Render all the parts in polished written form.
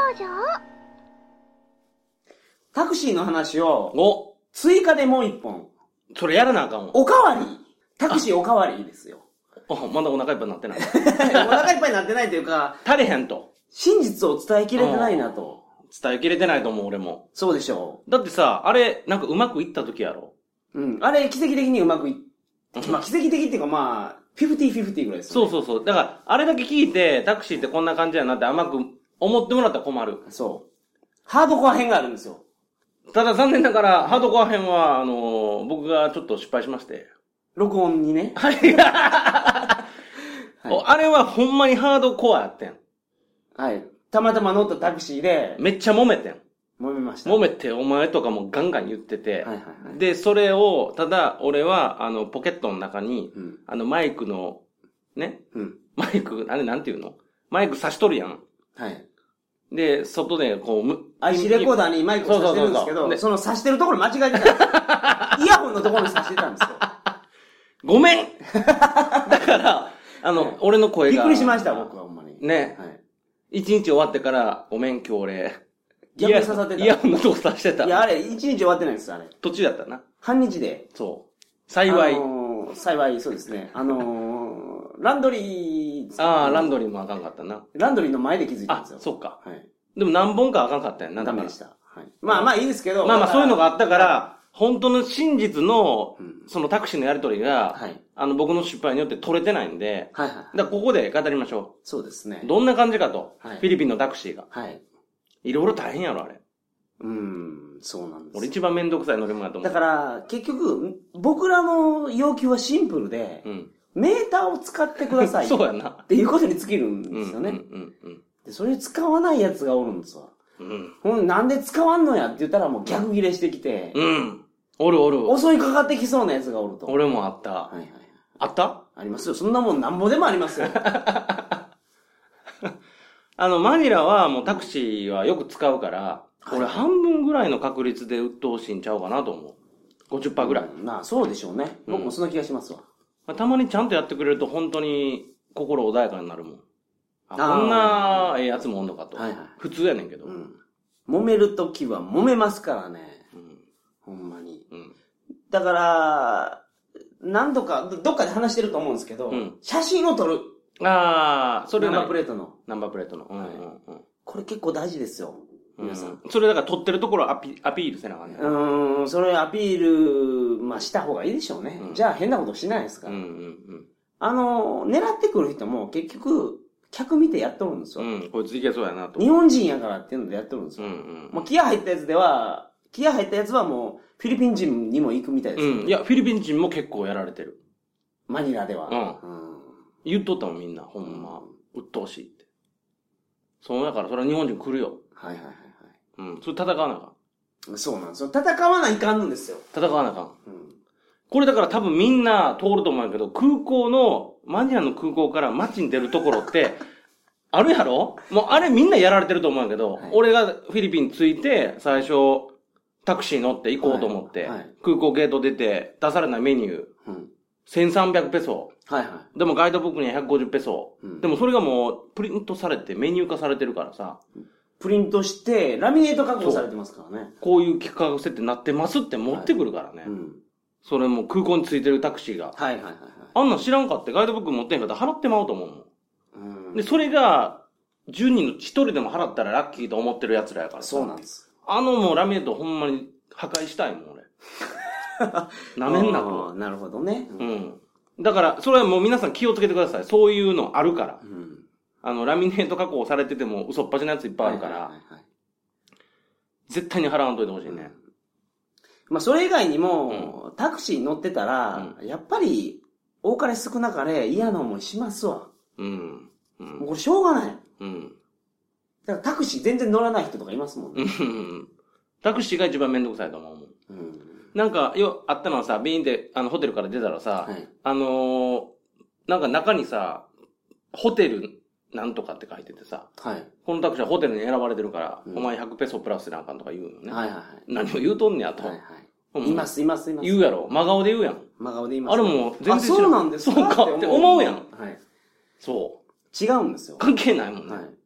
タクシーの話を、追加でもう一本。 それやらなあかんわ。 おかわり。タクシーおかわりですよ。 まだお腹いっぱいになってない。 お腹いっぱいになってないというか、 足りへんと。 真実を伝えきれてないなと。 伝えきれてないと思う、俺も。 そうでしょう。だってさ、あれ、なんかうまくいった時やろ。 うん。あれ、奇跡的にうまくいっ、まあ、奇跡的っていうかまあ、50-50ぐらいですよね。そう。だから、あれだけ聞いて、タクシーってこんな感じやなって甘く思ってもらったら困る。 そう。ハードコア編があるんですよ。 ただ残念ながら、ハードコア編は、僕がちょっと失敗しまして。 録音にね。 はい。あれはほんまにハードコアやってん。 はい。たまたま乗ったタクシーで。 めっちゃ揉めてん。 揉めました。 揉めて、お前とかもガンガン言ってて。で、それを、ただ、俺は、ポケットの中に、マイクの、ね。マイク、あれなんていうの？マイク差しとるやん。 はい。 で、外でこう、 IC レコーダーにマイクを差してるんですけど、その差してるところ間違えてたんです。イヤホンのところに差してたんですよ。 ごめんだから、俺の声が。 びっくりしました、僕はほんまに。 ね。はい。一日終わってから、ごめん、今日俺。 逆に刺さってた。 イヤホンのとこ差してた。 いや、あれ、一日終わってないです、あれ。 途中だったな。 半日で。 そう。幸い。 幸い、そうですね。ランドリー。 ランドリーもあかんかったな。 ランドリーの前で気づいたんですよ。 そっか。はい。でも何本かあかんかったやんな。 ダメでした。はい。まあいいですけど。 まあそういうのがあったから、本当の真実の、そのタクシーのやりとりが、僕の失敗によって取れてないんで、だからここで語りましょう。そうですね。 どんな感じかと。フィリピンのタクシーが。 はい。 いろいろ大変やろ、あれ。 そうなんです。 俺一番めんどくさい乗り物だと思う。 だから、結局、僕らの要求はシンプルで、メーターを使ってください。 そうやな。 っていうことに尽きるんですよね。で、それ使わないやつがおるんですわ。なんで使わんのやって言ったらもう逆ギレしてきて。 おる。 襲いかかってきそうなやつがおると。 俺もあった。あったありますよ。そんなもんなんぼでもありますよ。 マニラはもうタクシーはよく使うから、俺半分ぐらいの確率で鬱陶しいんちゃうかなと思う。50% ぐらい。 まあそうでしょうね。僕もそんな気がしますわ。 たまにちゃんとやってくれると本当に心穏やかになるもん。こんなやつもおんのかと。普通やねんけど。 揉めるときは揉めますからね。ほんまに。だから、何度か、どっかで話してると思うんですけど、写真を撮る。 それナンバープレートの。 ナンバープレートの。 これ結構大事ですよ。皆さん。 それだから撮ってるところアピールせなあかんねん。それアピール、した方がいいでしょうね。じゃあ変なことしないですから。狙ってくる人も結局、客見てやっとるんですよ。 こいついけそうやなと。 日本人やからっていうのでやっとるんですよ。もう気合入ったやつはもう、フィリピン人にも行くみたいですいや、フィリピン人も結構やられてる。 マニラでは。 言っとったもんみんな、ほんま。鬱陶しいって。そうだからそれは日本人来るよ。それ戦わなあかん。そうなんですよ。戦わないかんのですよ。 戦わなあかん。これだから多分みんな通ると思うんやけど、マニラの空港から街に出るところって、あるやろ？もうあれみんなやられてると思うんやけど、俺がフィリピン着いて、最初、タクシー乗って行こうと思って、空港ゲート出て、出されないメニュー、1300ペソ。でもガイドブックには150ペソ。でもそれがもう、プリントされてメニュー化されてるからさ。 プリントして、ラミネート加工されてますからね。 こういう企画設定になってますって持ってくるからね。それも空港に着いてるタクシーが。あんなん知らんかってガイドブック持ってんかったら払ってまうと思うもん。で、それが、10人の1人でも払ったらラッキーと思ってる奴らやからさ。 そうなんです。 もうラミネートほんまに破壊したいもん、俺。なめんなと。 なるほどね。 だから、それはもう皆さん気をつけてください。そういうのあるから。ラミネート加工されてても嘘っぱちなやついっぱいあるから。絶対に払わんといてほしいね。 それ以外にも、タクシーに乗ってたら、やっぱり、多かれ少なかれ嫌な思いしますわ。もうこれしょうがない。だからタクシー全然乗らない人とかいますもんね。 タクシーが一番めんどくさいと思うもん。なんか、あったのはさ、ビーンって、ホテルから出たらさ、なんか中にさ、ホテルなんとかって書いててさ、このタクシーはホテルに選ばれてるから、お前100ペソプラスでなあかんとか言うのね。何を言うとんねやと。 います。 言うやろ。真顔で言うやん。 真顔で言います。 あれも全然そうなんですかそうかって思うやん。そう。 違うんですよ。 関係ないもんね。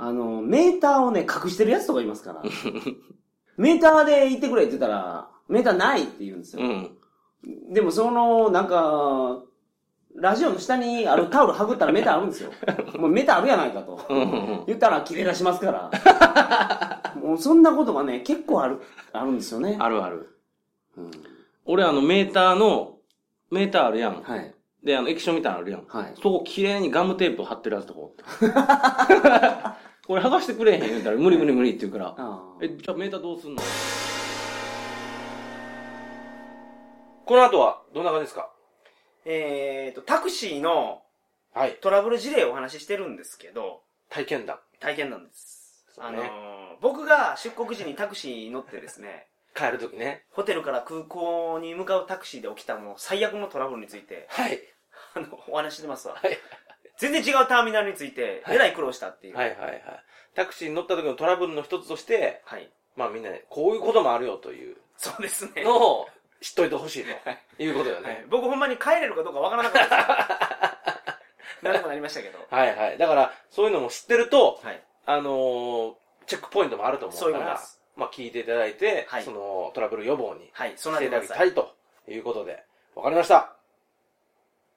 メーターをね、隠してるやつとかいますから。メーターで行ってくれって言ったら、メーターないって言うんですよ。うん、でもなんか、ラジオの下にあるタオルはぐったらメーターあるんですよ。もうメーターあるやないかと。言ったら切れ出しますから。もうそんなことがね、結構あるんですよね。 あるある。うん、俺メーターあるやん。はい。で、液晶みたいなのあるやん。はい。そこ綺麗にガムテープ貼ってるやつとかおって。これ剥がしてくれへん言うたら、無理って言うから。じゃあメーターどうすんの？この後は、どんな感じですか？ タクシーの、トラブル事例をお話ししてるんですけど、 体験談です。僕が出国時にタクシーに乗ってですね、 帰るときね。 ホテルから空港に向かうタクシーで起きた最悪のトラブルについて、はい。お話ししてますわ。はい。全然違うターミナルについて、えらい苦労したっていう。 はいはいはい。タクシーに乗った時のトラブルの一つとして、はい。まあみんなね、こういうこともあるよという。 そうですね。 のを知っといてほしいということよね。はい、 僕ほんまに帰れるかどうかわからなかったですよ。なんとかなりましたけど。 はいはい。だから、そういうのも知ってると、はい。チェックポイントもあると思うから、そういうことです。まあ聞いていただいて、はい、そのトラブル予防にしていただきたいということで、わかりました。